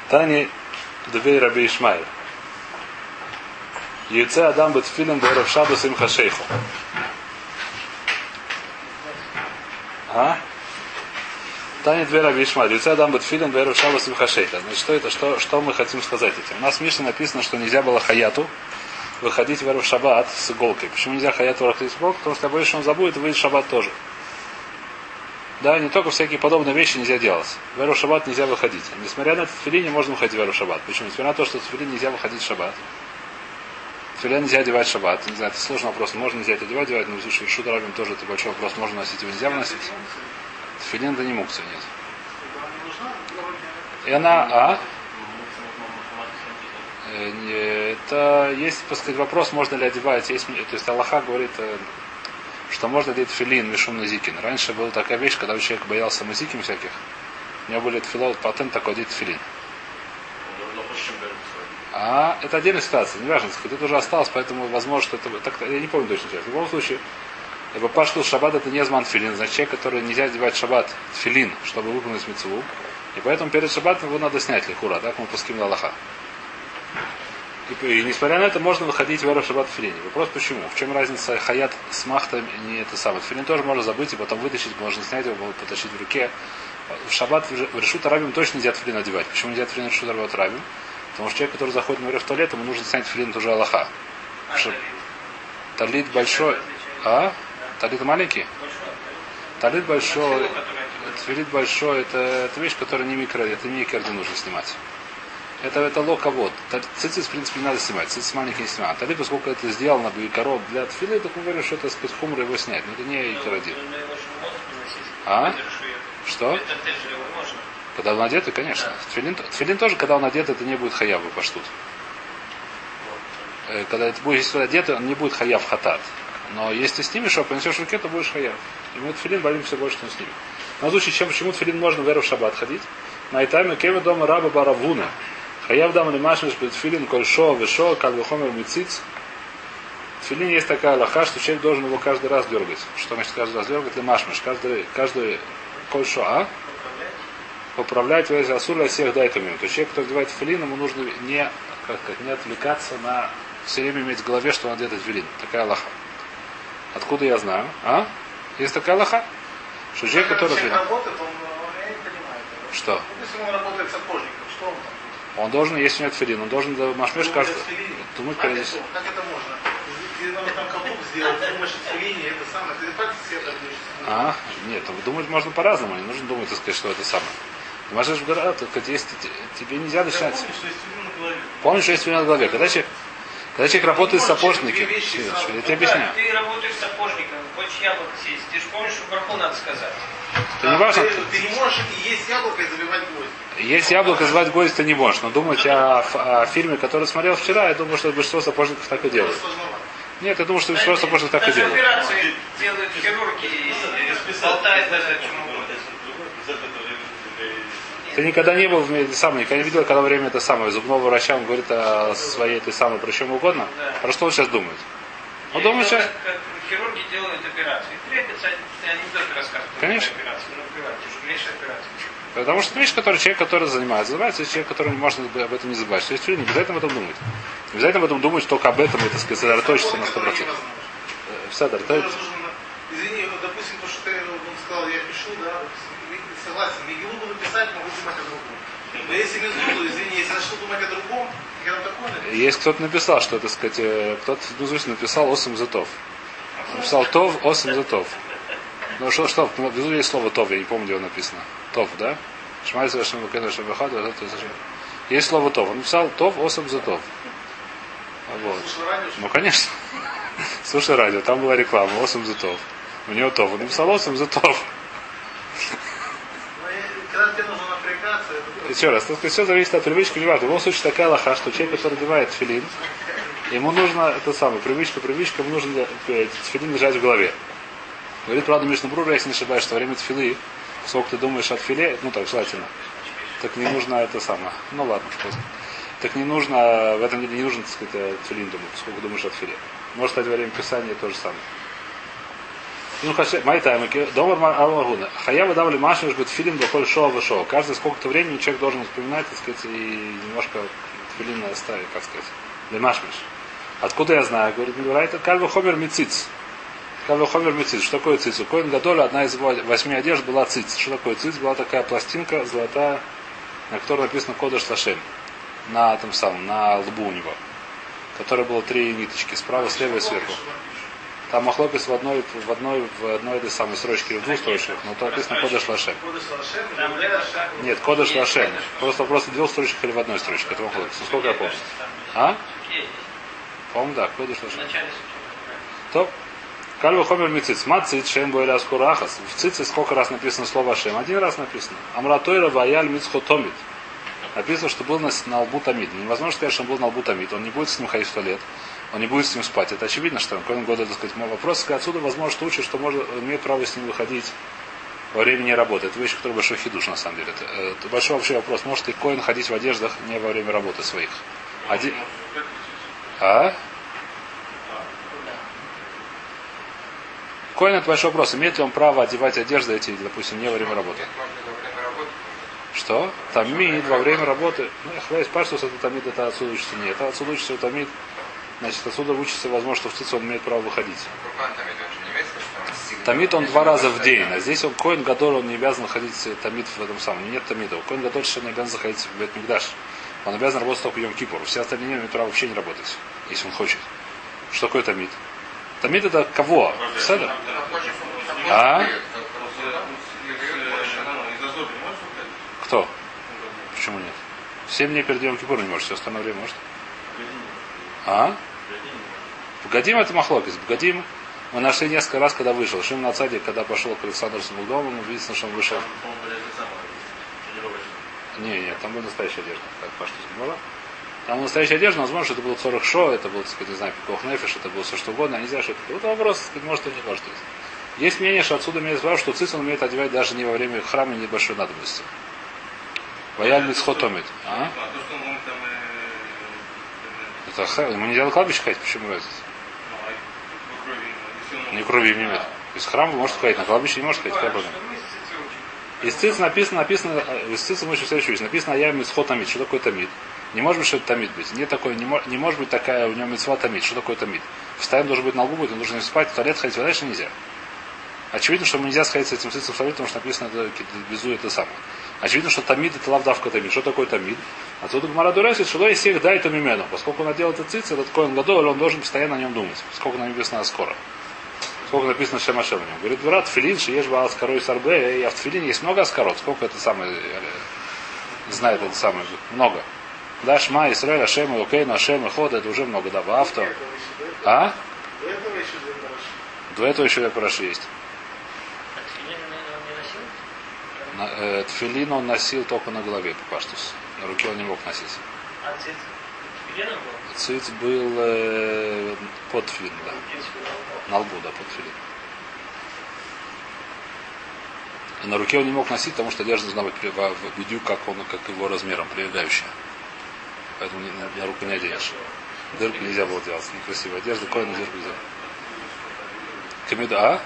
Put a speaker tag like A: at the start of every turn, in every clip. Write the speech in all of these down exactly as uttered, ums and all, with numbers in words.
A: Тани Дубей Раби Ишмаэль. Яйце Адам Бетфилин Беров Шабас им Хашейху. А? Тани Дубей Раби Ишмаэль. Яйце Адам Бетфилин Беров Шабас им Хашейха. Значит, что это? Что, что мы хотим сказать этим? У нас в Мишне написано, что нельзя было хаяту выходить в Эрев Шаббат с иголкой. Почему нельзя хаяту выходить с иголкой? Потому что я боюсь, что он забудет и выйдет в Шаббат тоже. Да, не только всякие подобные вещи нельзя делать. В Эрев Шаббат нельзя выходить. Несмотря на это, в тфилине можно выходить в Эрев Шаббат. Почему? Несмотря на то, что в тфилине нельзя выходить в Шаббат. В тфилин нельзя одевать в Шаббат. Не знаю, это сложный вопрос. Можно нельзя это одевать, одевать, но слушай, Шут Рабин тоже это большой вопрос. Можно носить его, нельзя выносить. Тфилин да не мукция, нет. И она, а? Это есть, так сказать, вопрос, можно ли одевать. Есть, то есть Аллаха говорит, что можно ли тфилин мишум назикин. Раньше была такая вещь, когда человек боялся мазиким всяких. У него были тфилот, патент такой одеть тфилин. А это отдельная ситуация, не важно, сказать, это уже осталось, поэтому возможно, что это так, я не помню точно сейчас. В любом случае, пашту шаббат это не зман тфилин, значит человек, который нельзя одевать шаббат тфилин, чтобы выполнить мицву. И поэтому перед шаббатом его надо снять лихура, так мы пуским Аллаха. И, и несмотря на это, можно выходить в Эрев Шаббат в тфилине. Вопрос почему? В чем разница хаят с махтом не это самое? Тфилин тоже можно забыть и потом вытащить, можно снять его, потащить в руке. В шаббат в решут арабим точно нельзя тфилин одевать. Почему нельзя тфилин в решут арабим? Потому что человек, который заходит на в туалет, ему нужно снять тфилин тоже Аллаха. А, Шаб... Талит большой. А? Талит маленький? Талит большой. Тфилин большой, это, это вещь, которая не микро, это не микро, где нужно снимать. Это, это локовод. Цицис, в принципе, не надо снимать. Цицис маленький не снимать. А талит, поскольку это сделано бы и коров для тфилы, так мы говорим, что это с хумра его снять. Но это не икородин. А? Что? Когда он одет, конечно. Тфилин, тфилин тоже, когда он одет, это не будет хаяв и паштут. Когда это будет, если одет, он не будет хаяв хатат. Но если ты снимешь его, понесешь в руке, то будешь хаяв. И мы тфилин боимся больше, что он снимет. На случай, чем почему тфилин можно в Эрев Шаббат ходить? На этаме кеме дома раба баравуна. Хаяв дам лимашмиш тфилин кольшо вешо, как бы хомер мициц. В тфилине есть такая лоха, что человек должен его каждый раз дергать. Что значит каждый раз дергать? Лимашмиш. Каждый, каждый кольшо, а? Поправлять весь асур всех дайками. То есть человек, кто одевает тфилин, ему нужно не, как сказать, не отвлекаться на все время иметь в голове, что он одет тфилин. Такая лоха. Откуда я знаю? А? Есть такая лоха? Что человек, который... Работает, он, я не понимаю. Что? Ну, если он работает сапожником, что он там? Он должен, если нет тфилин, он должен машмеш каждый... Думать
B: как, это, как это можно? Если он там каблук сделал, думаешь, что тфилине, это самое, ты так света будешь.
A: А? Нет, думать можно по-разному, не нужно думать, так сказать, что это самое. Ты можешь говорить, только если тебе нельзя начинать...
B: Помнишь, что есть тфилин на голове?
A: Помнишь, что есть тфилин на голове? Когда человек, когда человек работает сапожником, я тебе объясняю.
C: Ты работаешь сапожником, хочешь яблоко съесть, ты же помнишь, что браху надо сказать.
A: Это не важно.
B: Ты, ты не можешь есть яблоко и забивать гвоздь.
A: Есть яблоко, звать гвоздь ты не можешь. Но думать о, о фильме, который смотрел вчера, я думаю, что большинство сапожников так и делают. Нет, я думаю, что большинство сапожников так и делают.
C: Операции делают хирурги и болтают даже о чем угодно.
A: Ты никогда не был в сам, никогда не видел, когда время это самое зубного врача, он говорит о своей этой самой, про чем угодно. Да. Про что он сейчас думает? Он думает сейчас...
C: Как хирурги делают операции. Ты писать анекдоты рассказывают.
A: Конечно.
C: Операции, операции.
A: Потому что это вещь, который человек, который занимается, занимается, человек, который не может об этом не забывать. То есть не обязательно об этом думать. Не обязательно об этом думать, только об этом, это, так сказать, сосредоточиться на сто процентов. Садар, то есть...
B: Извини, допустим, то, что ты он сказал, я пишу, да, согласен, Мегилу буду писать, могу думать о другом. Но если Мезуду, извини, если начну думать о другом, я там такое напишу.
A: Есть кто-то написал, что, так сказать, кто-то в Безусе написал Осам Зетов. Написал Тов, Осам Зетов. Ну что, что, внизу есть слово Тов, я не помню, где его написано. Тов, да? Шмайся вашим выкену шабахаду, это зачем? Есть слово Тов. Он написал Тов, Осам Зетов. Вот. Ну, конечно. Слушай радио, там была реклама, Осам Зетов. У него Тов. Он написал Осам Зетов.
B: Когда тебе нужно напрягаться, это...
A: Еще раз, так все зависит от привычки. В любом случае такая лоха, что человек, который одевает тфилин, ему нужно, это самое, привычка, привычка, ему нужно тфилин держать в голове. Говорит, правда, Мишна Брура, если не ошибаюсь, что во время тфилы, сколько ты думаешь от филе, ну так, желательно, так не нужно это самое. Ну ладно, что так не нужно, в этом деле не нужно, так сказать, тфилин думать, сколько думаешь от филе. Может стать во время писания то же самое. Ну, мои таймики. Домар Аллагуна. Хаява давали машину, быть филин бахоль шоу в шоу. Каждый сколько-то времени человек должен вспоминать, так сказать, и немножко филин оставить, как сказать. Лемашмиш. Откуда я знаю? Говорит, это кальва хомер мициц. Кальва хомер мициц. Что такое циц? У Коэн Гадоля одна из его восьми одежд была циц. Что такое циц? Была такая пластинка золотая, на которой написано Кодеш Лашем. На этом самом, на лбу у него. В которой было три ниточки. Справа, слева и сверху. Там махлокис в одной, в одной, в одной этой самой строчке, в двух строчках, но то написано Кодеш Лашем. Нет, Кодеш Лашем. Просто вопрос в двух строчках или в одной строчке. Это махлокис. Сколько я помню? А? По-моему, да, Кодеш Лашем. Топ. Кальва хомер мициц. Мациц шем бойля скурахас. В цице сколько раз написано слово Шем? Один раз написано. Амратойра ваяль мицхо томит. Написано, что был на, на лбу тамид. Невозможно сказать, что он был на лбу тамид. Он не будет с ним ходить в туалет. Он не будет с ним спать. Это очевидно, что он коин года, так сказать, мой вопрос. Отсюда, возможно, что учит, что может, имеет право с ним выходить во время не работы. Это вещь, которая большой хидуш, на самом деле. Это, это большой вообще вопрос. Может ли коин ходить в одеждах не во время работы своих? Один... А? Коин это большой вопрос. Имеет ли он право одевать одежды эти, допустим, не во время работы? Что? Тамид во время работы. Ну, я хвалюсь, паштус, это тамид, это отсюда учится. Нет, это отсюда учится тамид. Значит, отсюда учится, возможно, что в цице он имеет право выходить. Тамид он два раза в день. А здесь он коин гадоль, он не обязан ходить тамид в этом самом. Нет тамида. Коин гадоль совершенно не обязан заходить в Бет Микдаш. Он обязан работать только в Йом Кипур. Все остальные не имеют права вообще не работать, если он хочет. Что такое тамид? Тамид это кого? Седа? А? Кто? Почему нет? Семь дней перед Йом Кипуром не может, все остальное время может. А? Бгадим это махлокис. Бгадим мы нашли несколько раз, когда вышел. Шим на цаде, когда пошел к Александру Самудому, мы видели, что он вышел. Не, нет, там была настоящая одежда. Как Паштус говорила. Там была настоящая одежда, возможно, что это был сорок шо, это был, так сказать, не знаю, пикох нефиш, это было все что угодно, я не знаю, что это было. Это вопрос, так сказать, может, и не может. Есть мнение, что отсюда имеет право, что цицу он умеет одевать даже не во время храма, не большой надобности. Вояль мицхотомит. А? Это ему нельзя на кладбище ходить, почему это? Не крови не имеет. Из храма вы можете ходить, на кладбище не можете ходить, какая проблема? Из циц написано, написано, из циц мы еще следующую вещь. Написано я мицхо тамид. Что такое тамид? Не может быть, что это тамид быть. Нет такой, не, не может быть такая у него мицва тамид. Что такое тамид? Постоянно должен быть на лбу, будет, он должен спать, в туалет ходить, а дальше нельзя. Очевидно, что нельзя сходить с этим цицем в туалет, потому что написано это безу это самое. Очевидно, что тамид это лавдавка тамид. Что такое тамид? Отсюда Гмара дуресит, что есть всех дай то мимену. Поскольку он делает этот циц, этот коин гадоль, он должен постоянно о нем думать. Сколько написано скоро. Сколько написано Шемашем в нем. Говорит, брат, филин, ешь ба аскарой сарбе, а в филине есть много аскарот. Сколько это самое, знает это самое, много. Да, Шма, Исраэль, Ашем, Лукейн, Ашем, Ход, это уже много, да, в авто. А? До этого еще я параши есть. Тфилин он носил только на голове, паштус. На руке он не мог носить.
C: А циц? Тфилином был?
A: Циц был э, под тфилин, да. На лбу, да, под тфилин. А на руке он не мог носить, потому что одежда должна быть в бедю, как он, как его размером, прилегающая. Поэтому на, на руку не оденешь. Дырку нельзя было делать. Некрасивая одежда, кое на дырку нельзя. Камеда, а?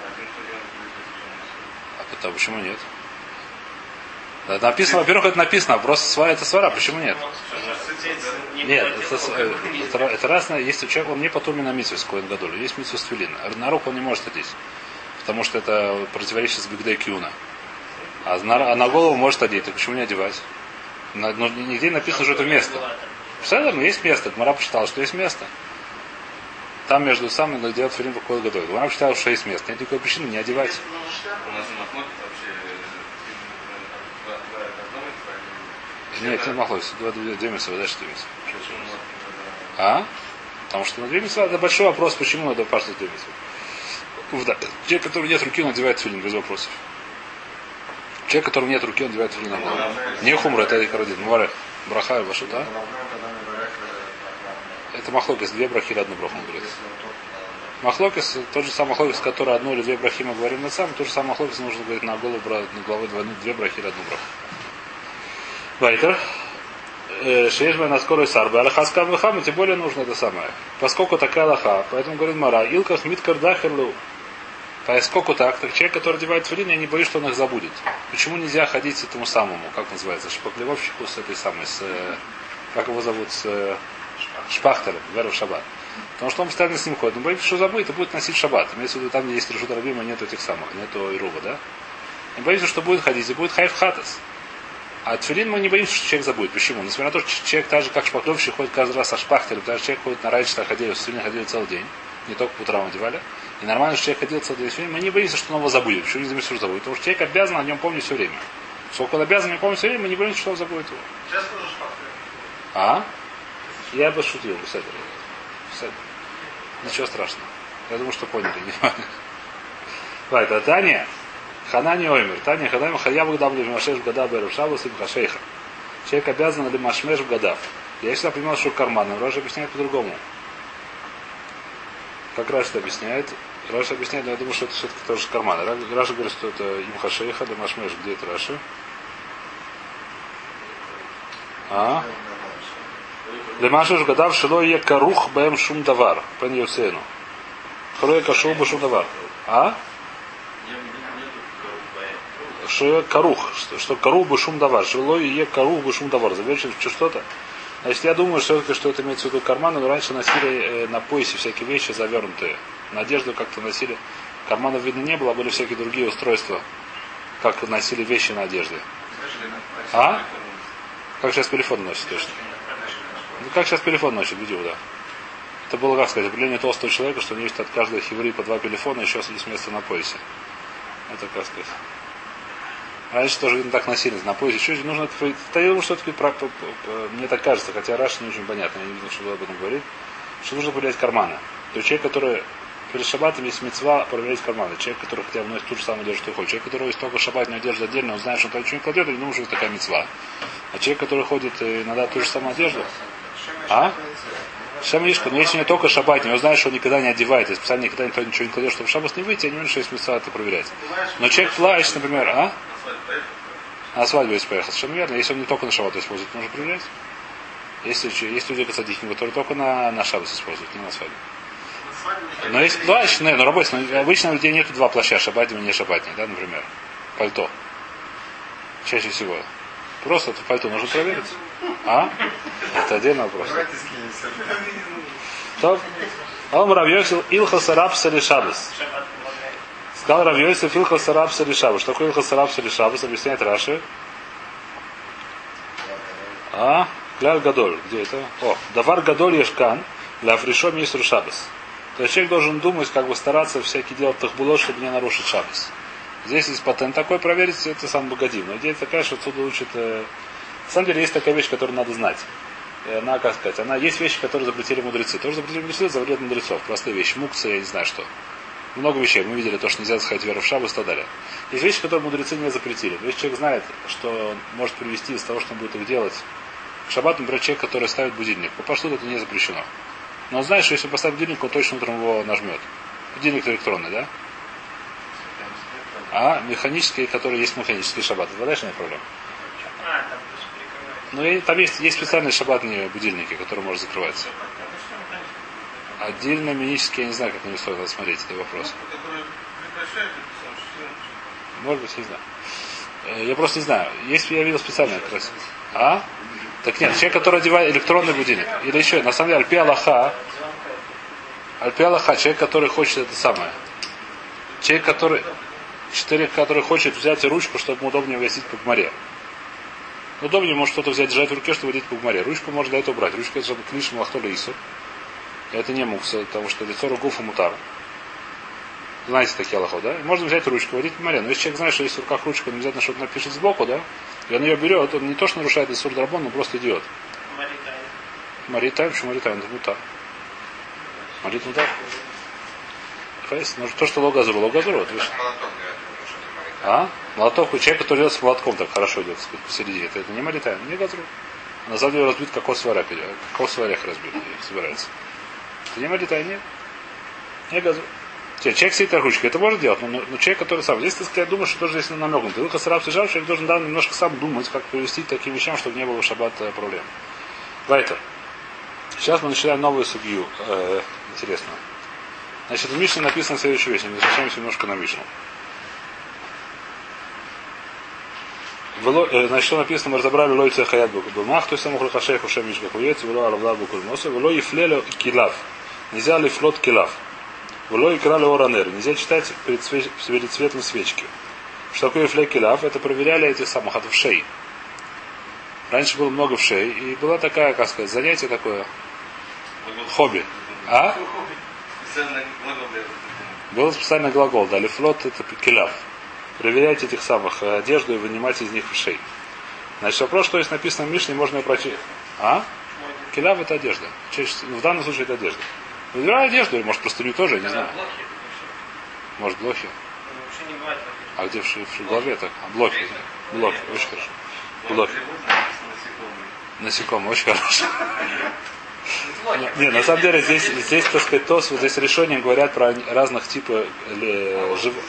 A: А потому, почему нет? Это написано, во-первых, это написано, просто свара это свара, почему нет? Нет, это, это, это разное, если человек, он не потом на митсу с коин гадолю, есть митсу с твилин. На руку он не может одеть, потому что это противоречит с бигдей кьюна. А на, а на голову может одеть, так почему не одевать? На, ну, нигде написано, что это место. Представляете, ну есть место, Гмара посчитала, что есть место. Там между самыми делают твилин по коин гадолю. Гмара посчитала, что есть место, нет никакой причины не одевать. Нет, не махлось. Две мисвы, дальше две мисвы. А? Потому что на две мисвы это большой вопрос, почему надо паштать две мисвы. Те, которого нет руки, он одевает филин, без вопросов. Человек, которого нет руки, он одевает филин на голову. Не хумра, это карадин. Муаре. Браха и вашу, да? Это махлокис, две брахи или одну браху, он говорит. Махлокис, тот же самый махлокис, который одну или две брахи мы говорим на сам, тот же самый махлокис нужно говорить на голову, на голову две брахи или одну браху. Вайтер. Шеешба на скорой сарбы. Аллахаска вахам, тем более нужно это самое. Поскольку такая лоха, поэтому говорит Мара, Илках миткар дахерлу. Поскольку так, так человек, который одевает тфилин, я не боюсь, что он их забудет. Почему нельзя ходить с этому самому, как называется, шпаклевовщику с этой самой, с, как его зовут, с шпахтером, веру в шаббат. Потому что он постоянно с ним ходит. Он боится, что забудет и будет носить шаббат. Имеется в виду, там, где есть решут рабима, нету этих самых, нету ируба, да? Не боится, что будет ходить и будет хайф хатас. А тфилин мы не боимся, что человек забудет. Почему? Несмотря на то, что человек так же, как шпаклевщик, ходит каждый раз со шпахтером, даже человек ходит на раньше, ходили, с тфилин ходили целый день. Не только по утрам одевали. И нормально, что человек ходил целый день. Мы не боимся, что он его забудет. Почему не боимся, что забудет? Потому что человек обязан о нем помнить все время. Сколько он обязан о нем помнить все время, мы не боимся, что он забудет его.
B: Сейчас тоже шпахтер.
A: А? Я бы шутил. Ничего страшного. Я думаю, что поняли. Right, а Таня, Ханани Оймер. Таня Ханани Хаяву Гадав Лимашеш в Гадав Беру Шабус им Хашейха. Человек обязан Лимашмеш в Гадав. Я всегда понимал, что карман. Раша объясняет по-другому. Как Раша объясняет? Раша объясняет, но я думаю, что это все-таки тоже карман. Раша говорит, что это им Хашейха, Лимашмеш. Где это Раша? А? Лемашеш гадав шило е карух бэм шум давар. Пен Йосейну. Хроя кашу бы шум давар. А? Что карух. Что, что карух бы шум давар. Шило е карух бы шум давар. Завершим что-то. Значит, я думаю, что это, что это имеется в виду карманы, но раньше носили э, на поясе всякие вещи завернутые. На одежду как-то носили. Карманов видно не было, а были всякие другие устройства. Как носили вещи на одежде. А? Как сейчас телефон носит точно. Ну, как сейчас телефон носит, видео, да. Это было, как сказать, определение толстого человека, что у него есть от каждого хиври по два телефона, еще есть место на поясе. Это, как сказать. Раньше тоже, видно, так носили на поясе. Еще нужно, я думаю, что это, мне так кажется, хотя раньше не очень понятно, я не видел, что об этом говорит, что нужно проверять карманы. То есть человек, который перед шаббатом есть мецва проверять карманы. Человек, который хотя бы носит ту же самую одежду, что хочет. Человек, который есть только шаббатную одежду отдельно, он знает, что он там ничего не кладет, и не думает, что это такая мецва. А человек, который ходит иногда ту же самую одежду, а? Шем Ишка, но если у него только шаббатный, он знает, что он никогда не одевает, и специально никогда никто ничего не кладет, чтобы в шаббат не выйти, я не уверен, что есть мецва это проверять. Но человек плачет, например, а? На свадьбу если поехал. Совершенно верно. Если он не только на шаббат использует, нужно проверять. Если есть люди, которые только на, на шаббат используют, не на свадьбу. Но есть плащ, ну, на работе, но обычно у людей нет два плаща, шаббатный и не шаббатный, да, например. Пальто. Чаще всего. Просто это пальто нужно проверить. А? Это отдельный вопрос. То. Он Равьёсил Илхас Рабс или Шабас. Сказал Равьёсил Илхас Рабс или Шабас. Что такое Илхас Рабс или Шабас? Объясняет Раши. А? Кляль Гадоль. Где это? О, Давар Гадоль Ешкан. Для Фришо Мисру Шабас. То есть человек должен думать, как бы стараться всякие делать тахбулот, чтобы не нарушить Шабас. Здесь есть патент такой, проверить, это сам богодим. Но идея такая, что отсюда учат... Э... На самом деле есть такая вещь, которую надо знать. И она, как сказать, она есть вещи, которые запретили мудрецы. Тоже запретили мудрецы, запретили мудрецов. Простые вещи. Мукцы, я не знаю что. Много вещей. Мы видели то, что нельзя заходить веру в Шаббас и так далее. Есть вещи, которые мудрецы не запретили. То есть человек знает, что может привести из того, что он будет их делать. К шаббату, например, человек, который ставит будильник. По пошту это не запрещено. Но он знает, что если поставить будильник, он точно утром его нажмет. Будильник электронный, да? А механический, который есть механический шаббат. Это дальше нет проблем. Ну и там есть, есть специальные шаббатные будильники, которые можно закрываться. Отдельно механические, я не знаю, как на них стоит смотреть, это вопрос. Может быть, не знаю. Я просто не знаю. Есть, я видел специальные как раз. А? Так нет, человек, который одевает электронный будильник. Или еще, на самом деле, Альпи Аллаха. Альпи Аллаха, человек, который хочет это самое. Человек, который... Человек, который хочет взять ручку, чтобы ему удобнее возить по гмаре. Удобнее может что-то взять, держать в руке, чтобы водить по гмаре. Ручку можно для этого брать. Ручка это чтобы клиш малахтоли ису. Это не мукса, потому что лицо ругуфа мутар. Знаете такие аллахо, да? Можно взять ручку, водить по море. Но если человек знает, что есть в руках ручка, не обязательно что-то напишет сбоку, да? И он ее берет, он не то, что нарушает исур драбон, он просто идет. Маритайм, почему маритайм? Это мутар. Марит мутар. Ну, то, что логазру, логазру, вот видишь. А? Молоток у человека, который идет с молотком, так хорошо идет, сказать, посередине. Это, это не маритайм, не газру. На самом деле разбит кокосовый орех идет. Кокосовый орех разбит, собирается. Это не маритайм, нет. Не газру. Человек сидит ручкой, это может делать, но, но человек, который сам. Здесь, так сказать, я думаю, что тоже здесь намекнут. Илха сараб сижал, человек должен да, немножко сам думать, как привести к таким вещам, чтобы не было в шаббат проблем. Вайтер. Сейчас мы начинаем новую судью. Э, интересно. Значит, в Мишне написано следующую вещь. Возвращаемся немножко на Мишну. Значит, что написано, мы разобрали лой цехаят бумах, то есть самых рухашей хушем мишка хуец, вело аравлав букульмоса, вело ефлелю килав. Нельзя ли флот килав. Вело икрали оранер. Нельзя читать перед, свеч... перед светлой свечки. Что такое ефле килав? Это проверяли этих самых от вшей. Раньше было много вшей, и была такая, как сказать, занятие такое, хобби. А? Был специальный глагол, да, лифлот это килав. Проверять этих самых одежду и вынимать из них вшей. Значит, вопрос, что есть написано в Мишне, можно и прочесть. А? Киляв это одежда. Ну, в данном случае это одежда. Выбирай одежду, или может простыню тоже, я не знаю. Может блохи. А где в, в голове так? А, блохи. Блохи, очень хорошо. Блохи. Насекомые, очень хорошо. Не, на самом деле здесь, здесь, так сказать, то, вот здесь решением говорят про разных типов животных.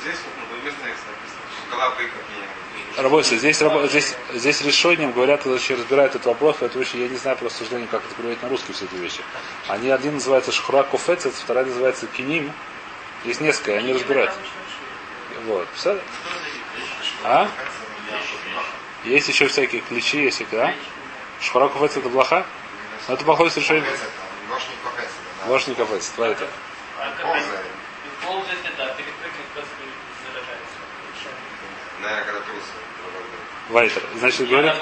A: Работа, здесь, здесь, здесь решением говорят, вообще разбирают этот вопрос, поэтому я не знаю просто суждение, как это переводить на русский все эти вещи. Они один называется шхура кофецец, вторая называется киним. Есть несколько, они разбирают. Вот. А? Есть еще всякие ключи, есть всякие, да? Шхура кофецец это блоха? Но это плохое решение. Вошник кофецец, твоя это.
D: Наверное, когда трус.
A: Вайтер. Значит, говорит...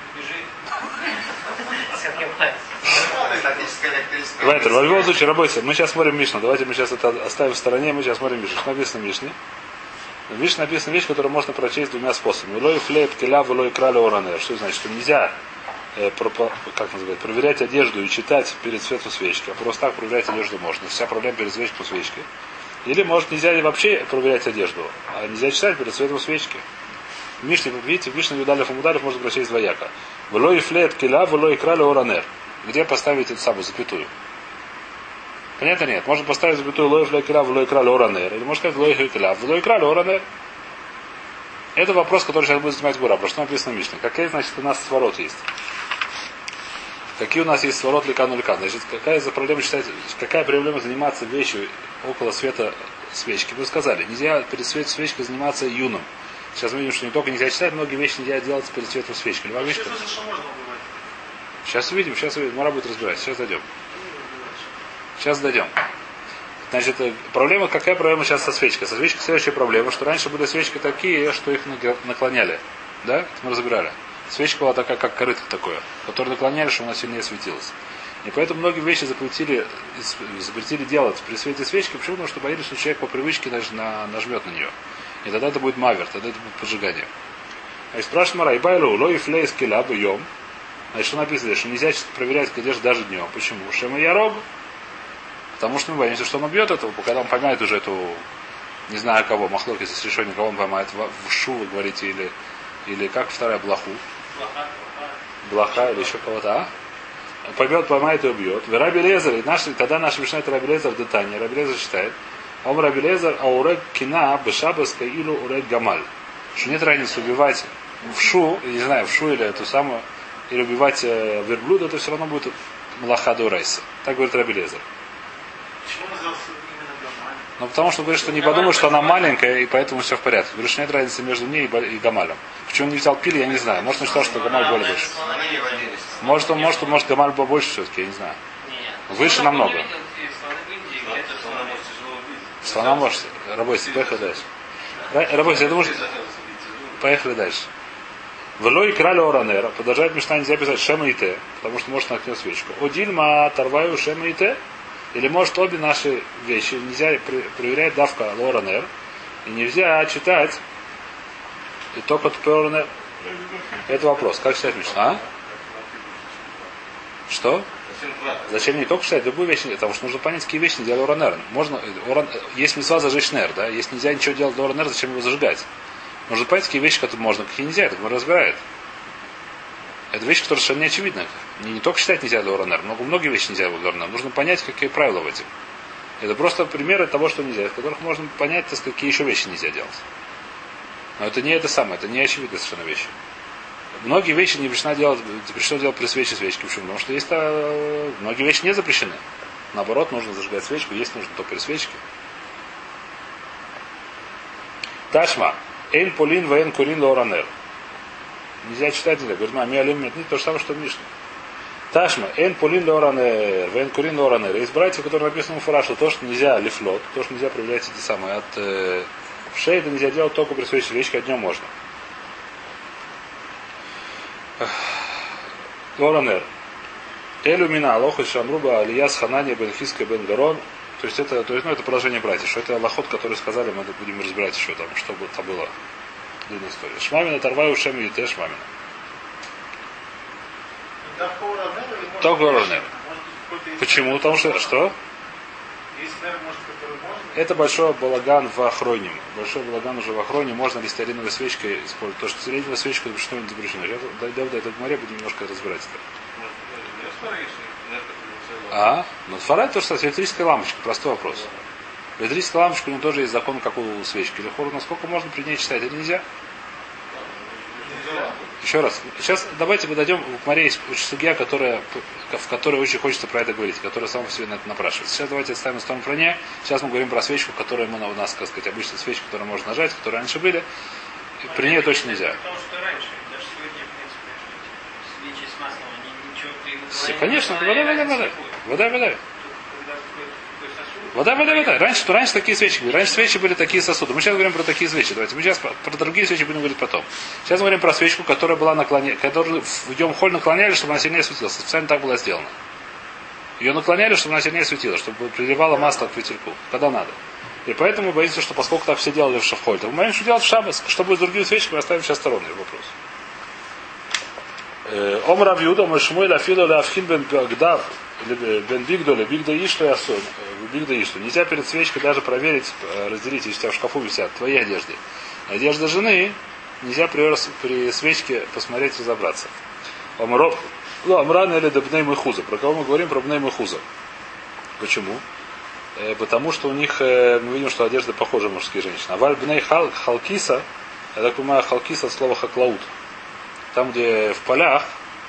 A: Вайтер, в любом случае, работайте. Мы сейчас смотрим Мишну. Давайте мы сейчас это оставим в стороне, мы сейчас смотрим Мишну. Что написано в Мишне? В Мишне написана вещь, которую можно прочесть двумя способами. Лой флейп, киля, лой крали оранер. Что значит? Что нельзя э, пропо, как называется, проверять одежду и читать перед светом свечки. А просто так проверять одежду можно. Вся проблема перед светом свечки. Или, может, нельзя вообще проверять одежду, а нельзя читать перед светом свечки. В Мишне, видите, в Мишне Юдалев и Мудалев можно прочесть двояко. Влой флет киля, влой крали оранер. Где поставить эту самую запятую? Понятно нет? Можно поставить запятую лой флет киля, влой крали оранер. Или можно сказать лой киля, влой крали оранер. Это вопрос, который сейчас будет занимать Гура. Про что написано в Мишне? Какая, значит, у нас сворот есть? Какие у нас есть сворот ликану ликан? Значит, какая за проблема считать, какая проблема заниматься вещью около света свечки? Вы сказали, нельзя перед светом свечки заниматься юным. Сейчас мы видим, что не только нельзя читать, многие вещи нельзя делать перед светом свечки. Либо вещи, что можно сейчас увидим, сейчас увидим. Мара будет разбирать. Сейчас дойдем. Сейчас дойдем. Значит, проблема, какая проблема сейчас со свечкой? Со свечкой следующая проблема, что раньше были свечки такие, что их наклоняли. Да? Это мы разбирали. Свечка была такая, как корытка такое, которую наклоняли, чтобы она сильнее светилась. И поэтому многие вещи запретили, запретили делать при свете свечки. Почему? Потому что боялись, что человек по привычке даже на, нажмет на нее. И тогда это будет мавер, тогда это будет поджигание. Значит, спрашивает Мара, Ибайлу, лой флейс киля бьем. Значит, что написано, что нельзя проверять одежду даже днем. Почему? Шема яроб. Потому что мы боимся, что он убьет этого, когда он поймает уже эту, не знаю кого, махлоки с решением, кого он поймает, в шу, вы говорите, или, или как вторая блоху. Блоха или еще кого-то, а? Поймет, поймает и убьет. В Раби Лезер, и наш, тогда наш Мишна это Раби Лезер в Детане. Раби Лезер считает, а он Раби Лезер, а урек кина, бешабаска или урек гамаль. Что нет разницы убивать в шу, не знаю, в шу или эту самую, или убивать э, верблюда, это все равно будет млаха до рейса. Так говорит Раби Лезер.
B: Почему назывался именно гамаль?
A: Ну, потому что говорит, что не подумает, что она маленькая, и поэтому все в порядке. Говорит, что нет разницы между ней и гамалем. Почему он не взял пиль, я не знаю. Может, он считал, что гамаль более больше. Может, он, может, может, гамаль побольше все-таки, я не знаю. Выше намного. Слона может. Работайте, поехали дальше. Работайте, я думаю, что... Поехали дальше. Влой крали оранера. Продолжает Мишна, нельзя писать шема и те, потому что может накнет свечку. Одильма оторваю шема и те. Или может обе наши вещи нельзя проверять давка оранер. И нельзя читать и только оранер. Это вопрос. Как читать Мишна? А? Что? Зачем не только читать любую вещь? Потому что нужно понять, какие вещи нельзя оранер. Можно, оран, есть митцва зажечь нер, да? Если нельзя ничего делать до оранер, зачем его зажигать? Нужно понять, какие вещи, которые можно, какие нельзя. Это мы разбирает. Это вещи, которые совершенно не очевидны. Не, не только читать нельзя до оранер, много многие вещи нельзя до оранер. Нужно понять, какие правила в этом. Это просто примеры того, что нельзя, из которых можно понять, так сказать, какие еще вещи нельзя делать. Но это не это самое, это не очевидные совершенно вещи. Многие вещи не запрещено делать, запрещено делать при свече свечки. Почему? Потому что есть многие вещи не запрещены. Наоборот, нужно зажигать свечку, есть нужно только при свечке. Ташма. Эйн полин ваэн курин лоранер. Нельзя читать это. Говорит, мами алим нет, то же самое, что в Мишне. Ташма. Эйн полин лоранер. Ваэн курин лоранер. Есть братья, которые написано в фара, что то, что нельзя лифлот, то, что нельзя проявлять эти самые от э, шеи, это нельзя делать только при свече вещи, как днем можно. Лоранер. Элюмина Алоха Шамруба Алияс Ханания Бен Хиска Бен Гарон. То есть это, то есть, ну, это продолжение братьев, что это Аллахот, который сказали, мы будем разбирать еще там, что бы это было. Длинная история. Шмамина Тарваю Шем и Те Шмамина. Так Ронер. Почему? Потому что что? Это большой балаган в охроне. Большой балаган уже в охроне. Можно ли стеариновой свечкой использовать? То, что стеариновая свечка это что нибудь запрещено. Дойдем до этого моря, будем немножко разбирать это. А? Ну, фара это то, что электрическая лампочка. Простой вопрос. Электрическая лампочка, у нее тоже есть закон, как у свечки. Или хору, насколько можно при ней читать? Это нельзя? Еще раз. Сейчас давайте подойдем к море есть судья, которая, в которой очень хочется про это говорить, которая сама по себе на это напрашивается. Сейчас давайте оставим на сторону фроне. Сейчас мы говорим про свечку, которую мы у нас, так сказать, обычная свечка, которую можно нажать, которые раньше были. При ней точно нельзя.
C: Потому что раньше, даже сегодня, в принципе, свечи с маслом, они ничего при
A: Конечно, вода, вода, вода. Вода, вода. Вода, вода, вода. Раньше, то раньше такие свечи были. Раньше свечи были такие сосуды. Мы сейчас говорим про такие свечи. Давайте мы сейчас про, про другие свечи будем говорить потом. Сейчас мы говорим про свечку, которая была наклоняна, которую в Йом Холь наклоняли, чтобы она сильнее светилась. Специально так было сделано. Ее наклоняли, чтобы она сильнее светилась, чтобы приливало масло к ветерку, когда надо. И поэтому мы боимся, что поскольку так все делали в Шавхоль, то мы боимся, что делать в Шаббас. Что будет с другими свечками, мы оставим сейчас сторонний вопрос. Ом Равьюда, Мышмуэль, Афилу, Лавхин, Бен Багдав, Бен Бигдоле, Бигда Ишту и Асун. Бигда Ишту. Нельзя перед свечкой даже проверить, разделить, если у тебя в шкафу висят твои одежды. Одежда жены нельзя при, при свечке посмотреть и разобраться. Амран или Дебней Мехуза. Про кого мы говорим? Про Бней Мехуза. Почему? Э, потому что у них, э, мы видим, что одежда похожа мужские женщины. А Валь Бней Хал, Халкиса, я так понимаю, Халкиса от слова Хаклаут. Там, где в полях,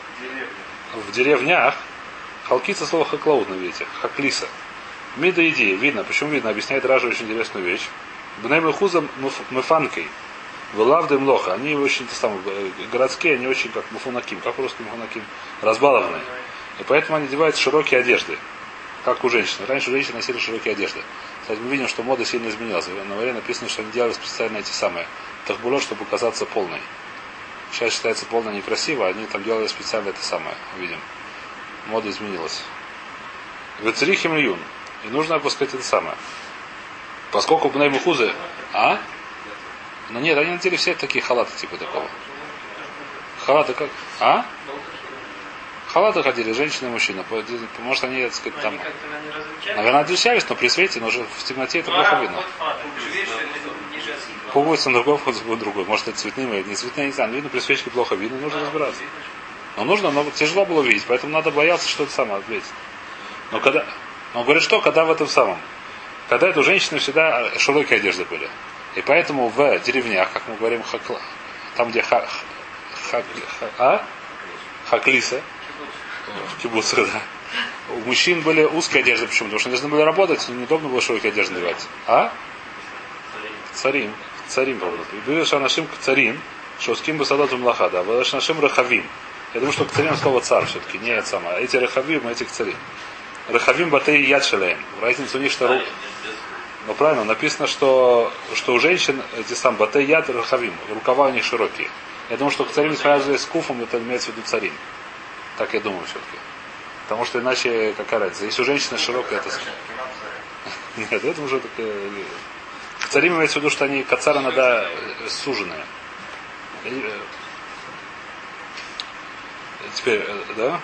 A: в деревнях, Халкиса слово Хаклаут, на видите, Хаклиса. Мида идея, видно, почему видно, объясняет Ража очень интересную вещь. Бней Мехуза Мефанкой. Вылавды млоха. Они очень самые, городские, они очень как муфунаким. Как по-русски муфунаким? Разбалованные. И поэтому они одевают широкие одежды. Как у женщин. Раньше женщины носили широкие одежды. Кстати, мы видим, что мода сильно изменилась. На море написано, что они делали специально эти самые тахбулот, чтобы казаться полной. Сейчас считается полно некрасиво, они там делали специально это самое. Видим. Мода изменилась. Вецрихим льюн. И нужно опускать это самое. Поскольку Бней Мехузы... А? Ну нет, они надели все такие халаты типа такого. Халаты как? А? Халаты ходили, женщины и мужчины. Может они, так сказать, там... Наверное, отличались, но при свете, но уже в темноте это плохо видно. Пуговица на другой, вход будет другой. Может это цветные, не цветные, не знаю. Но видно, при свечке плохо видно, нужно разбираться. Но нужно, но тяжело было видеть, поэтому надо бояться, что это самое ответить. Но когда... Он говорит, что когда в этом самом? Когда это у женщины всегда широкие одежды были. И поэтому в деревнях, как мы говорим, хакла, там где ха, ха, ха, а? Хаклиса, в кибуцах, да. У мужчин были узкие одежды, почему? Потому что они должны были работать, и неудобно было широкие одежды надевать. А? Царим. Царим, по-моему. И были шанашим к царим, что с кем бы садат умлаха, да. Были шанашим рахавим. Я думаю, что к царям слово царь все-таки, не это самое. Эти рахавим, а эти к царим. Рахавим батей яд шалеем. Разница у них, что рук. Ну правильно, написано, что, что у женщин эти сам батей яд рахавим. Рукава у них широкие. Я думаю, что к царим, несмотря с куфом, это имеется в виду царим. Так я думаю все-таки. Потому что иначе какая разница? Если у женщины широкая, это... Нет, это уже такая... Царим имеется в виду, что они кацар иногда суженные. Теперь, да?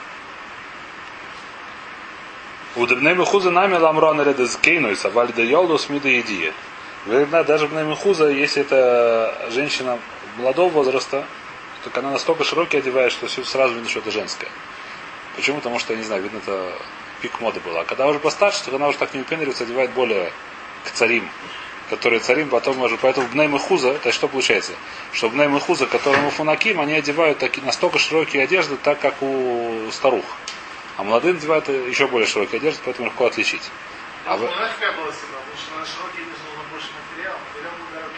A: У Дебней Мехуза нами ламрана редезкейнуйся, вальда йолдус мида едие. Даже в Бней Мехуза, если это женщина молодого возраста, то она настолько широкий одевает, что сразу видно, что это женское. Почему? Потому что, я не знаю, видно, это пик моды было. А когда уже постарше, то она уже так не выпендривается, одевает более к царим, которые царим, потом уже, поэтому в Бней Мехуза, то есть что получается? Что в Бней Мехуза, которому фунаким, они одевают такие, настолько широкие одежды, так как у старух. А молодые надевают еще более широкие одежды, поэтому легко отличить. А вы...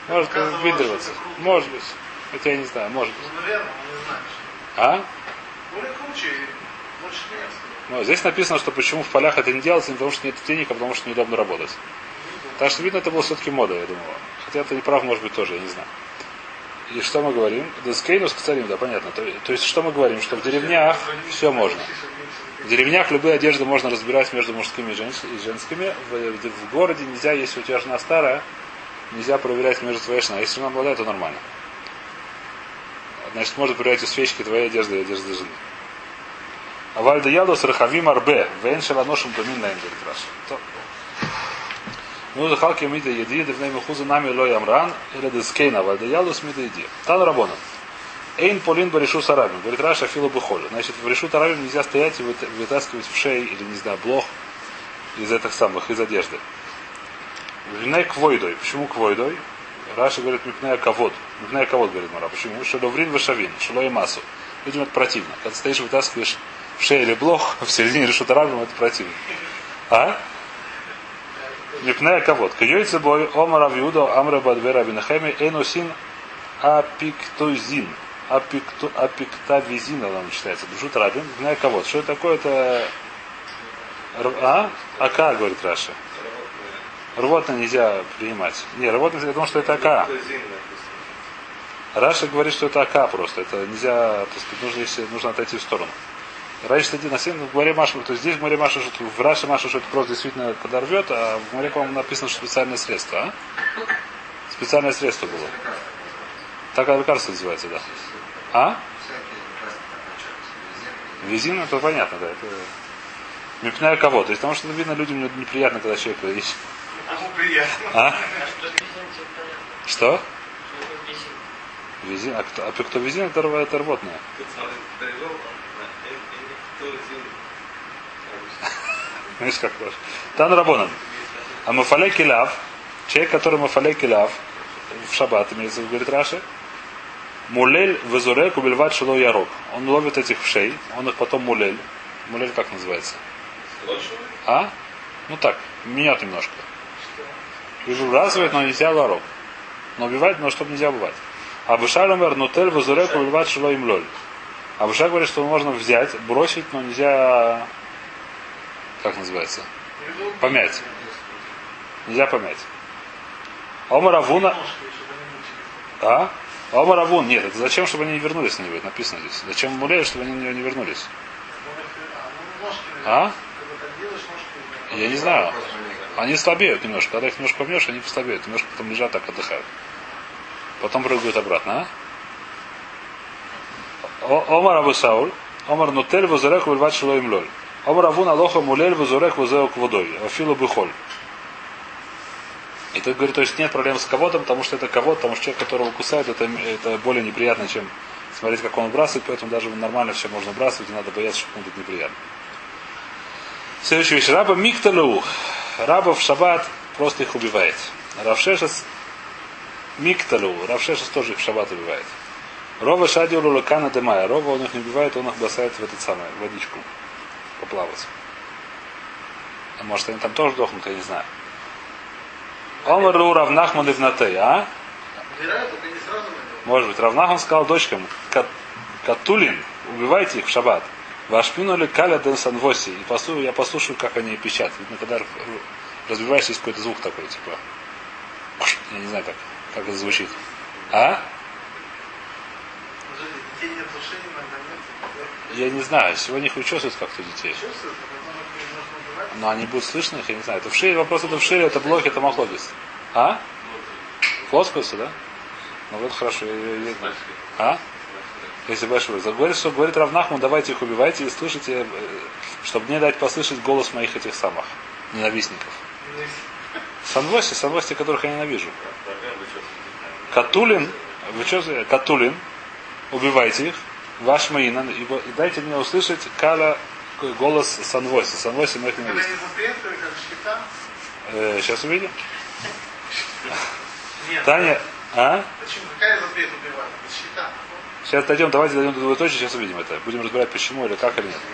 A: Может
B: Оказывалось,
A: выдаваться.
B: что это
A: Может быть. Это я не знаю, может быть.
B: Ну, наверное, мы не знаем.
A: А?
B: Более круче, больше нет.
A: Ну, здесь написано, что почему в полях это не делается, не потому что нет денег, а потому что неудобно работать. Так что видно, это было все-таки мода, я думаю. Хотя это не прав, может быть, тоже, я не знаю. И что мы говорим? Дескейнус к царим, да, понятно. То, то есть, что мы говорим? Что в деревнях все можно. В деревнях любые одежды можно разбирать между мужскими и женскими. В, в, в городе нельзя, если у тебя жена старая, нельзя проверять между твоей женой. Если жена молодая, то нормально. Значит, можно проверять у свечки твоей одежды и одежды жены. А вальда ядус рахавим арбе. Вейн шеланошим домин наим, говорит Раша. Ну, захалки мида еди, дивней мехуза нами лой амран, или дискейна, вальда ядус мида еди. Тан рабонан. Эйн полин баришу сарабим. Говорит Раша филу бухолю. Значит, в решу тарабим нельзя стоять и вытаскивать в шеи, или, не знаю, блох из этих самых, из одежды. Виней квойдой. Почему квойдой? Раша говорит, мипная ковод. Мипная ковод, говорит Мара. Почему? Шеловрин вышавин, шелой массу. Людям это противно. Когда стоишь, вытаскиваешь в шею или блох, в середине решу тарабим, это противно. А? Мипная ковод. Кьёй цебой, омара вьюдо, амра бадвера бинахеми, эйнусин апиктозин. Апикто, апиктавизин, она читается. Душу тарабим. Мипная ковод. Что это такое? Это... А? Ака, говорит Раша. Рвотно нельзя принимать. Не, рвотно нельзя, потому что это ака. Раша говорит, что это ака просто. Это нельзя, так сказать, нужно, если нужно отойти в сторону. Раньше на семь в море Маша, то есть здесь в море Маша, что в Раше Маша, что это просто действительно когда рвет, а в море, по-моему, написано, что специальное средство, а? Специальное средство было. Так лекарство называется, да. А? Визин, это понятно, да. Это... Мипная кого? То есть потому что видно людям неприятно, когда человек ищет.
B: Кому приятно.
A: А? Что? Визин. А кто, а кто визин, это, это рвотное. Видишь, как тоже. Тан рабонан. А мафалей килав, человек, который мафалей килав, в шаббат, имеется в виду, говорит Раши, мулель везурек убельват шило ярок. Он ловит этих вшей, он их потом мулель. Мулель как называется? А? Ну так, меняет немножко. Выбрасывает, но нельзя ларок. Но убивать, но чтобы нельзя убивать. А Бушар умер, нутель везурек убельват шило им лоль. А Бушар говорит, что можно взять, бросить, но нельзя, как называется? Помять. Нельзя помять. Омар Авуна. А? Омар Авун. Нет, это зачем, чтобы они не вернулись на него? Это написано здесь. Зачем мулели, чтобы они на него не вернулись? А? Я не знаю. Они слабеют немножко. Когда их немножко помнешь, они слабеют. Немножко потом лежат, так отдыхают. Потом прыгают обратно. А? Омар Абу Сауль. Омар Нутель возурек вульват шило им лоль. Омар Авун алоха мулель возурек возеу к водой. Афилу бихоль. И тут говорит, то есть нет проблем с ководом, потому что это ковод, потому что человек, которого кусает, это, это более неприятно, чем смотреть, как он выбрасывает, поэтому даже нормально все можно выбрасывать, не надо бояться, что будет неприятно. Следующая вещь. Раба Микталу. Раба в шаббат просто их убивает. Равшешес Микталу. Равшешес тоже их в шаббат убивает. Рова Шадиулу Лакана Демая. Рова он их не убивает, он их бросает в этот самый, в водичку. Поплавать. А может они там тоже дохнут, я не знаю. Омару Равнахман Ивнатей, а? Может быть, Равнахман сказал дочкам, Катулин, убивайте их в шаббат. Вашпинули каля ден санвоси. И послу, я послушаю, как они пищат. Видно, когда разбиваешься, есть какой-то звук такой, типа. Я не знаю, как, как это звучит. А? Я не знаю, сегодня их вычесывают как-то детей. Но они будут слышны их, я не знаю. Это в шире, вопрос это в шире, это блоки, это махлогис. А? Плоскостью, да? Ну вот хорошо, я, я, я знаю. А? Если большой. Говорит, что говорит Равнахман, давайте их убивайте и слушайте, чтобы мне дать послышать голос моих этих самых ненавистников. Санвости, санвости, которых я ненавижу. Катулин, вы что, Катулин, убивайте их, ваш Маинан, и дайте мне услышать Каля голос Санвоси. Санвоси моих ненавистников. Э, сейчас увидим.
B: Нет.
A: Таня, а?
B: Почему? Какая запрет убивать? Щита.
A: Сейчас дойдем, давайте дойдем до двоеточия, сейчас увидим это. Будем разбирать, почему или как или нет.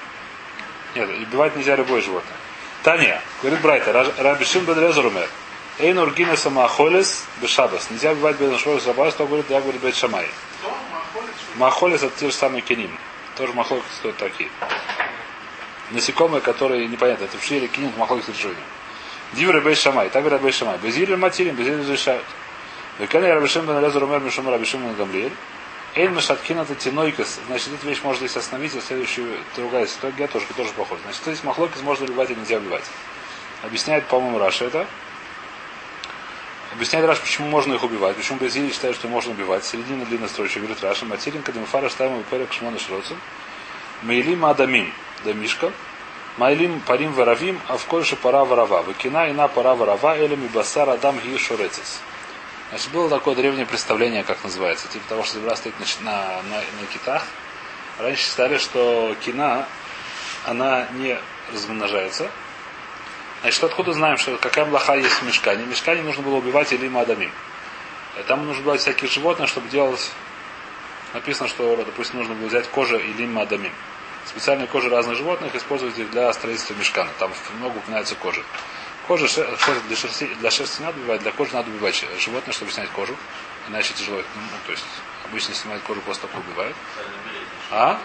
A: Нет, убивать нельзя любое животное. Таня, говорит Брайта, Рабишим Бедрезер умер. Эйн ургинеса маахолес бешабас. Нельзя убивать бедный швор шабас, то говорит, я говорю бед шамай.
B: Кто? Махолец?
A: Маахолес это те же самые киним. Тоже махлок стоят такие. Насекомые, которые непонятно, это пши или киним, махлок с решением. Дивры бей шамай. Так говорят бей шамай. Безиль материн, безиль разрешают. Веканы рабишим бен лезу румер мишум рабишим бен гамлиэль. Эль мешаткин это тинойкас. Значит, эту вещь можно здесь остановить, а следующую другая ситуация тоже, тоже похожа. Значит, здесь махлокис можно убивать или нельзя убивать. Объясняет, по-моему, Раша это. Объясняет Раш, почему можно их убивать. Почему Безили считает, что можно убивать. Середина длинной строчки говорит Раша. Материн, когда мы фара ставим перек шмона шроцем. Мейлим адамим. Дамишка. Майлим парим варавим, а в кольше пара варава. Выкина ина пара варава, элем и басар адам ги шурецис. Значит, было такое древнее представление, как называется. Типа того, что земля стоит на, на, на, на китах. Раньше считали, что кина, она не размножается. Значит, откуда знаем, что какая млаха есть в мешкане? В мешкане нужно было убивать илима адамим. Там нужно было всяких животных, чтобы делать... Написано, что, допустим, нужно было взять кожу илима адамим. Специальные кожи разных животных использовать их для строительства мешкана. Там много упоминается кожи. Кожа для шерсти, для шерсти надо убивать, для кожи надо убивать животное, чтобы снять кожу. Иначе тяжело. Ну, то есть обычно снимают кожу, после того, как убивают. А?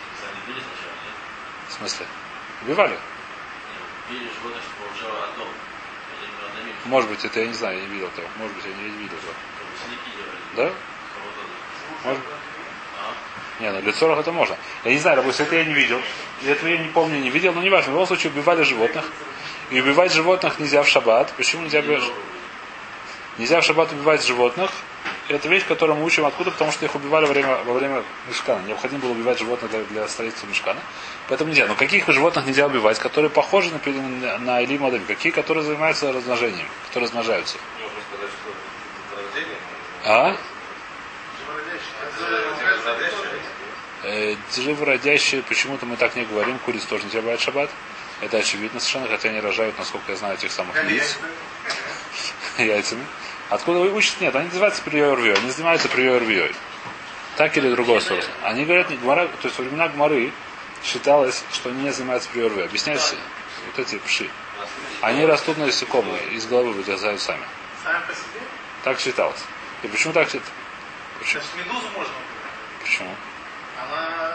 A: В смысле? Убивали? Может быть, это я не знаю, я не видел этого. Может быть, я не видел этого. Да? Может быть. Не, ну для цорах это можно. Я не знаю, допустим, это я не видел. Этого я не помню, не видел, но не важно. В любом случае убивали животных. И убивать животных нельзя в шаббат. Почему нельзя убивать? Нельзя в шаббат убивать животных. Это вещь, которую мы учим откуда, потому что их убивали во время, во время мешкана. Необходимо было убивать животных для, для строительства мешкана. Поэтому нельзя. Но каких животных нельзя убивать, которые похожи на, на, на Илим Адам? Какие, которые занимаются размножением, которые размножаются? А? Э, живородящие, почему-то мы так не говорим. Куриц тоже нельзя убивать в шаббат. Это очевидно совершенно, хотя они рожают, насколько я знаю, этих самых яиц. Яйцами. Откуда вы учите? Нет, они называются приёй рвёй. Они занимаются приёй рвёй. Так или другой сорт. Они говорят, не гмара, то есть во времена гмары считалось, что они не занимаются приёй рвёй. Объясняется, вот эти пши. Они растут на насекомые, из головы вылезают сами.
B: Сами по себе?
A: Так считалось. И почему так считалось? Почему?
B: Значит, медузу можно убивать.
A: Почему?
B: Она...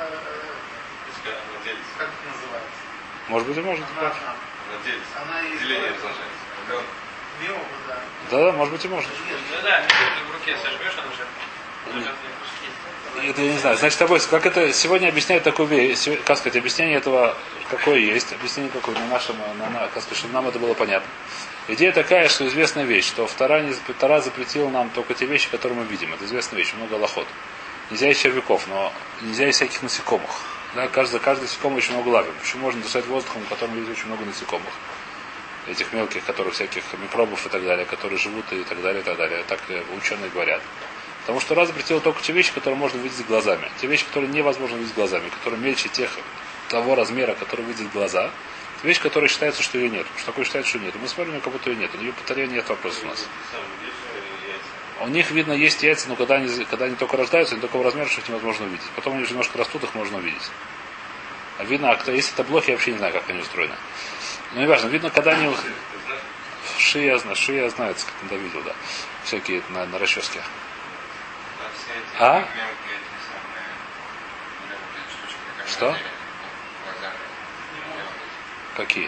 B: Как это называется?
A: Может быть, и можно.
B: Она, она из... Миома, да.
A: Да, да, может быть, и можно.
C: Ну да, медузу в руке сожмешь, она же...
A: Это я не знаю. Значит, тобой, как это сегодня объясняют такую вещь, как сказать, объяснение этого какое есть, объяснение какое на нашем, на, на, как сказать, чтобы нам это было понятно. Идея такая, что известная вещь, что вторая, не, вторая запретила нам только те вещи, которые мы видим. Это известная вещь, много лохот. Нельзя есть червяков, но нельзя есть всяких насекомых. Да, каждый, каждый насекомый очень много лавим. Почему можно дышать воздухом, в котором есть очень много насекомых? Этих мелких, которые всяких микробов и так далее, которые живут и так далее, и так далее. Так ученые говорят. Потому что раз запретил только те вещи, которые можно видеть глазами. Те вещи, которые невозможно видеть глазами, которые мельче тех, того размера, который видят глаза. Это вещь, которая считается, что ее нет. Потому что такое считается, что нет. Мы смотрим, как будто ее нет. У нее повторения нет вопросов у нас. У них, видно, есть яйца, но когда они, когда они только рождаются, они такого размера, что их невозможно увидеть. Потом они немножко растут, их можно увидеть. А видно, а кто, если это блохи, я вообще не знаю, как они устроены. Но не важно, видно, когда они... Ши я знаю, ши я знаю, как когда видел, да. Всякие на, на расческе. А? Что? Какие?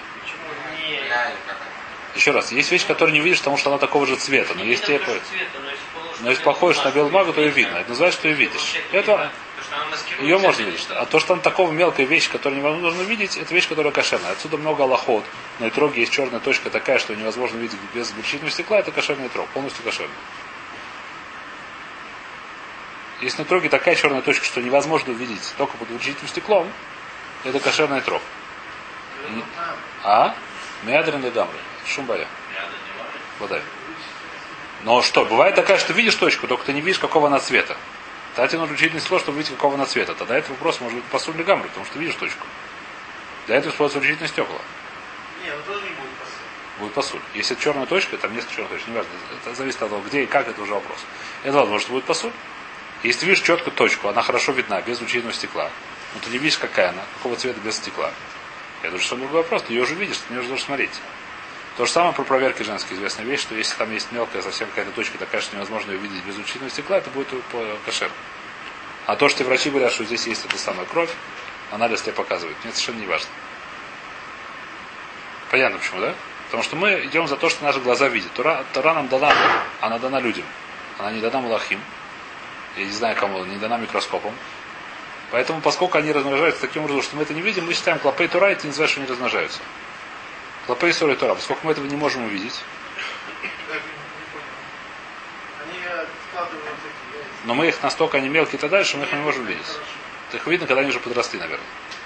A: Еще раз, есть вещь, которую не видишь, потому что она такого же цвета. Но есть те, но если похожа на белую бумагу, то ее видно. Это называется, что ее видишь. Это ее можно видеть. А то, что там такого мелкая вещь, которую невозможно видеть, это вещь, которая кошерная. Отсюда много алахот. На итроге есть черная точка такая, что невозможно видеть без увеличительного стекла, это кошерный итрог, полностью кошерный. Есть на итроге такая черная точка, что невозможно увидеть только под увеличительным стеклом, это кошерный итрог. А? Меадрин и дамры. Шумбая. Вода. Но что, бывает такая, что видишь точку, только ты не видишь, какого она цвета. Тогда тебе нужно учительное стекло, чтобы видеть, какого она цвета. Тогда этот вопрос может быть посуль для гамры, потому что ты видишь точку. Для этого используется учительное стекла.
B: Нет, он тоже не будет посуль.
A: Будет посуль. Если это черная точка, там несколько черных точек, неважно. Это зависит от того, где и как, это уже вопрос. Это возможно, что будет посуль. Если ты видишь четко точку, она хорошо видна, без учительного стекла. Но ты не видишь, какая она, какого цвета без стекла. Это уже что другой вопрос, ты ее уже видишь, ты не уже должен смотреть. То же самое про проверки женские. Известная вещь, что если там есть мелкая, совсем какая-то точка такая, что невозможно ее видеть без лучинного стекла, это будет по кошер. А то, что врачи говорят, что здесь есть эта самая кровь, анализ тебе показывает. Мне совершенно не важно. Понятно почему, да? Потому что мы идем за то, что наши глаза видят. Тора, Тора нам дана, она дана людям. Она не дана малахим. Я не знаю кому, не дана микроскопом. Поэтому, поскольку они размножаются таким образом, что мы это не видим, мы считаем клопей Тора, и это не называется, что они размножаются. Клопей Сора и Тора. Поскольку мы этого не можем увидеть. Но мы их настолько, они мелкие и так далее, что мы их не можем видеть. Их видно, когда они уже подросли, наверное.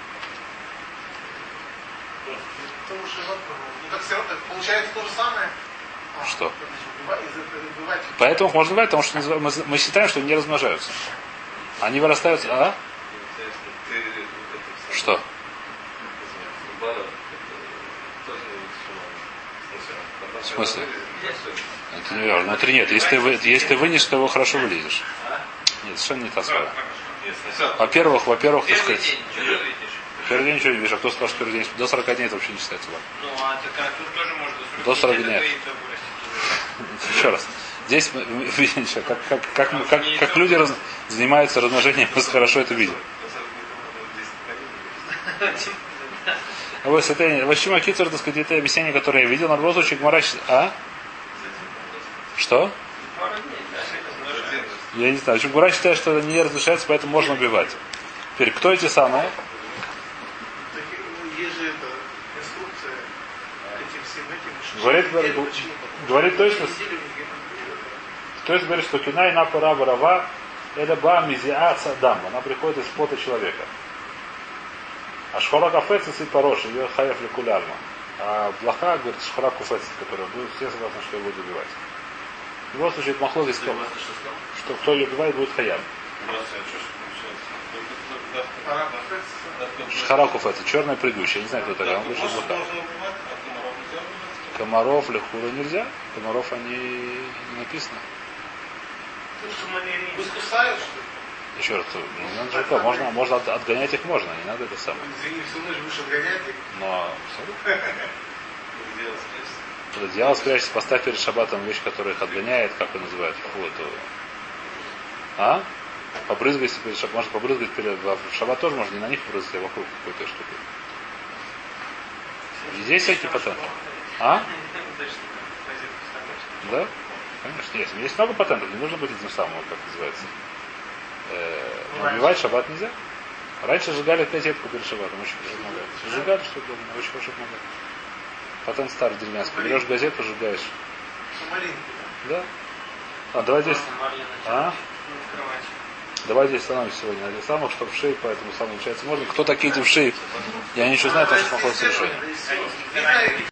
B: Получается то же самое.
A: Что? Поэтому их можно убивать, потому что мы, мы считаем, что они не размножаются. Они вырастают. А? Что? В смысле? Это не верно. Внутри нет. Если ты, если ты вынешь, то его хорошо вылезешь. Нет, совершенно не та свара. Во-первых, во-первых, так сказать. Первый день ничего не видишь. А кто сказал, что первый день? До сорока дней это вообще не считается.
C: Ну, а так тут тоже можно
A: до сорока дней. Еще раз. Здесь мы видим, как, как, как, как, как люди раз, занимаются размножением, мы хорошо это видим. Вот это Вашима Кицур, так сказать, это объяснение, которое я видел. На любом случае, Гмара... А? Что? Я не знаю. Гмара считает, что это не разрешается, поэтому можно убивать. Теперь, кто эти самые? Говорит, говорит, говорит точно, то есть говорит, что кина и напора барава это ба мизиа цадам. Она приходит из пота человека. А шхора кафецис и порош, ее хаев лекулярма. А блаха, говорит, шхора куфецис, которая будет все согласны, что его будет убивать. В любом случае, это махло здесь, что кто ее убивает, будет хаям. Шхара куфецис, черная прыгающая. Я не знаю, кто такая. Он говорит, что блаха. Комаров лехура нельзя. Комаров они не написано. Еще раз, не надо же, можно, можно отгонять их можно, не надо это самое.
B: Извини, все равно же будешь отгонять их.
A: Но абсолютно. Дьявол спрячься, поставь перед шаббатом вещь, которая их отгоняет, как он называет, фу, это... А? Побрызгайся перед шаббатом. Можно побрызгать перед... В шаббат тоже можно не на них побрызгать, а вокруг какой-то штуки. Здесь всякие патенты. А? Да? Конечно, есть. Есть много патентов, не нужно быть этим самым, как называется. Э, убивать шаббат нельзя. Раньше сжигали пять сетку перед шаббатом, очень хорошо помогает. Сжигали, что удобно, очень хорошо помогает. Патент старый деревенский. Берешь газету, сжигаешь. Да? А, давай здесь. А? Давай здесь становимся сегодня на самых, чтобы в шее, поэтому самое получается можно. Кто такие эти в шее? Я ничего знаю, потому что находится решение.